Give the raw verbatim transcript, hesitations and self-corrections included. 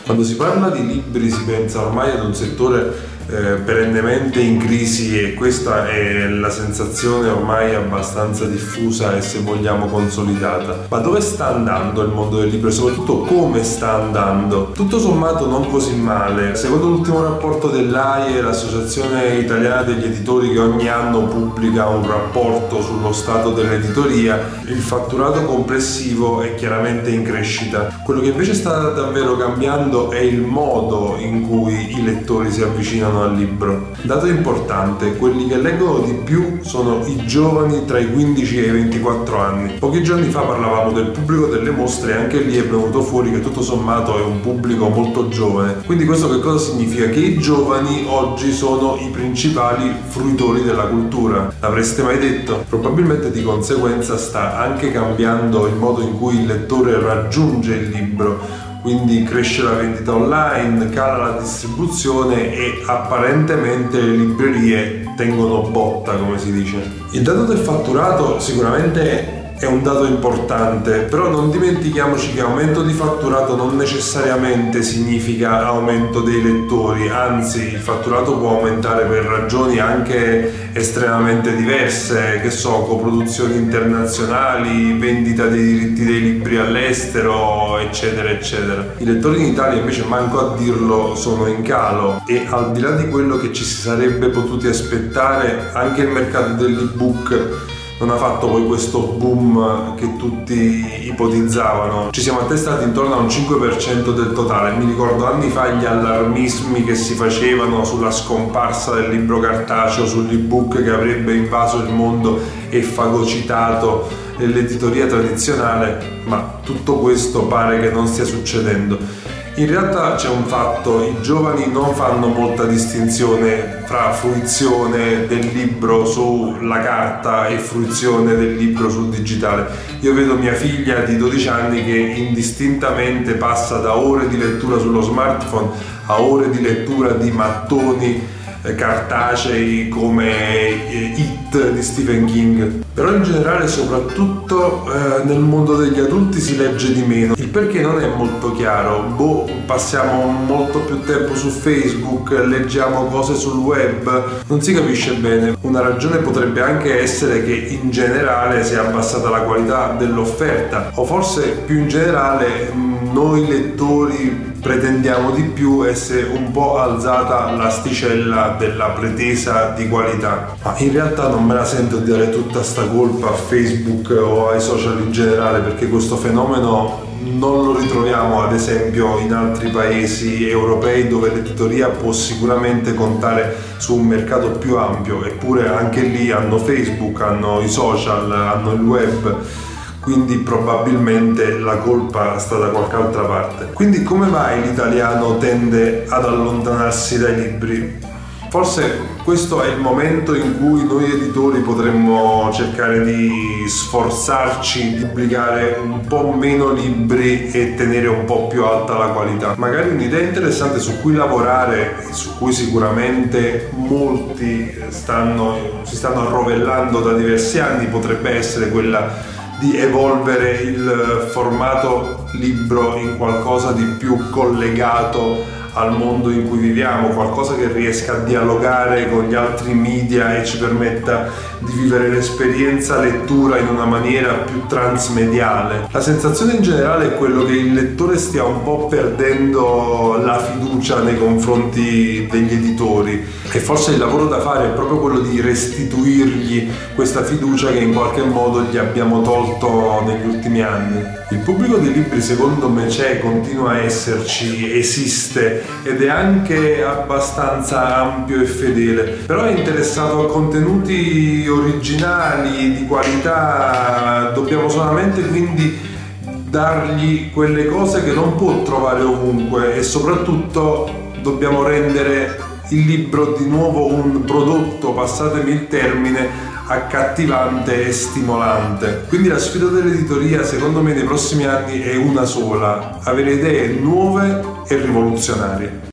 Quando si parla di libri si pensa ormai ad un settore eh, perennemente in crisi, e questa è la sensazione ormai abbastanza diffusa e, se vogliamo, consolidata. Ma dove sta andando il mondo del libro e soprattutto come sta andando? Tutto sommato non così male. Secondo l'ultimo rapporto dell'A I E, l'Associazione Italiana degli Editori, che ogni anno pubblica un rapporto sullo stato dell'editoria, il fatturato complessivo è chiaramente in crescita. Quello che invece sta davvero cambiando è il modo in cui i lettori si avvicinano al libro. Dato importante, quelli che leggono di più sono i giovani tra i quindici e i ventiquattro anni. Pochi giorni fa parlavamo del pubblico delle mostre e anche lì è venuto fuori che tutto sommato è un pubblico molto giovane. Quindi questo che cosa significa? Che i giovani oggi sono i principali fruitori della cultura. L'avreste mai detto? Probabilmente di conseguenza sta anche cambiando il modo in cui il lettore raggiunge il libro. Quindi cresce la vendita online, cala la distribuzione e apparentemente le librerie tengono botta, come si dice. Il dato del fatturato sicuramente è un dato importante, però non dimentichiamoci che aumento di fatturato non necessariamente significa aumento dei lettori, anzi il fatturato può aumentare per ragioni anche estremamente diverse, che so, coproduzioni internazionali, vendita dei diritti dei libri all'estero, eccetera eccetera. I lettori in Italia invece, manco a dirlo, sono in calo, e al di là di quello che ci si sarebbe potuti aspettare, anche il mercato dell'ebook non ha fatto poi questo boom che tutti ipotizzavano. Ci siamo attestati intorno a un cinque per cento del totale. Mi ricordo anni fa gli allarmismi che si facevano sulla scomparsa del libro cartaceo, sull'ebook che avrebbe invaso il mondo e fagocitato l'editoria tradizionale, ma tutto questo pare che non stia succedendo. In realtà c'è un fatto: i giovani non fanno molta distinzione fra fruizione del libro sulla carta e fruizione del libro sul digitale. Io vedo mia figlia di dodici anni che indistintamente passa da ore di lettura sullo smartphone a ore di lettura di mattoni cartacei come It di Stephen King. Però in generale, soprattutto eh, nel mondo degli adulti, si legge di meno. Il perché non è molto chiaro. Boh, passiamo molto più tempo su Facebook, leggiamo cose sul web, non si capisce bene. Una ragione potrebbe anche essere che in generale si è abbassata la qualità dell'offerta, o forse più in generale noi lettori pretendiamo di più e si è un po' alzata l'asticella della pretesa di qualità. Ma in realtà non me la sento di dare tutta sta colpa a Facebook o ai social in generale, perché questo fenomeno non lo ritroviamo ad esempio in altri paesi europei, dove l'editoria può sicuramente contare su un mercato più ampio, eppure anche lì hanno Facebook, hanno i social, hanno il web. Quindi probabilmente la colpa sta da qualche altra parte. Quindi come mai l'italiano tende ad allontanarsi dai libri? Forse questo è il momento in cui noi editori potremmo cercare di sforzarci di pubblicare un po' meno libri e tenere un po' più alta la qualità. Magari un'idea interessante su cui lavorare, e su cui sicuramente molti stanno, si stanno arrovellando da diversi anni, potrebbe essere quella di evolvere il formato libro in qualcosa di più collegato al mondo in cui viviamo, qualcosa che riesca a dialogare con gli altri media e ci permetta di vivere l'esperienza lettura in una maniera più transmediale. La sensazione in generale è quello che il lettore stia un po' perdendo la fiducia nei confronti degli editori, e forse il lavoro da fare è proprio quello di restituirgli questa fiducia che in qualche modo gli abbiamo tolto negli ultimi anni. Il pubblico dei libri secondo me c'è, continua a esserci, esiste ed è anche abbastanza ampio e fedele, però è interessato a contenuti originali, di qualità. Dobbiamo solamente quindi dargli quelle cose che non può trovare ovunque, e soprattutto dobbiamo rendere il libro di nuovo un prodotto, passatemi il termine, accattivante e stimolante. Quindi la sfida dell'editoria secondo me nei prossimi anni è una sola: avere idee nuove e rivoluzionarie.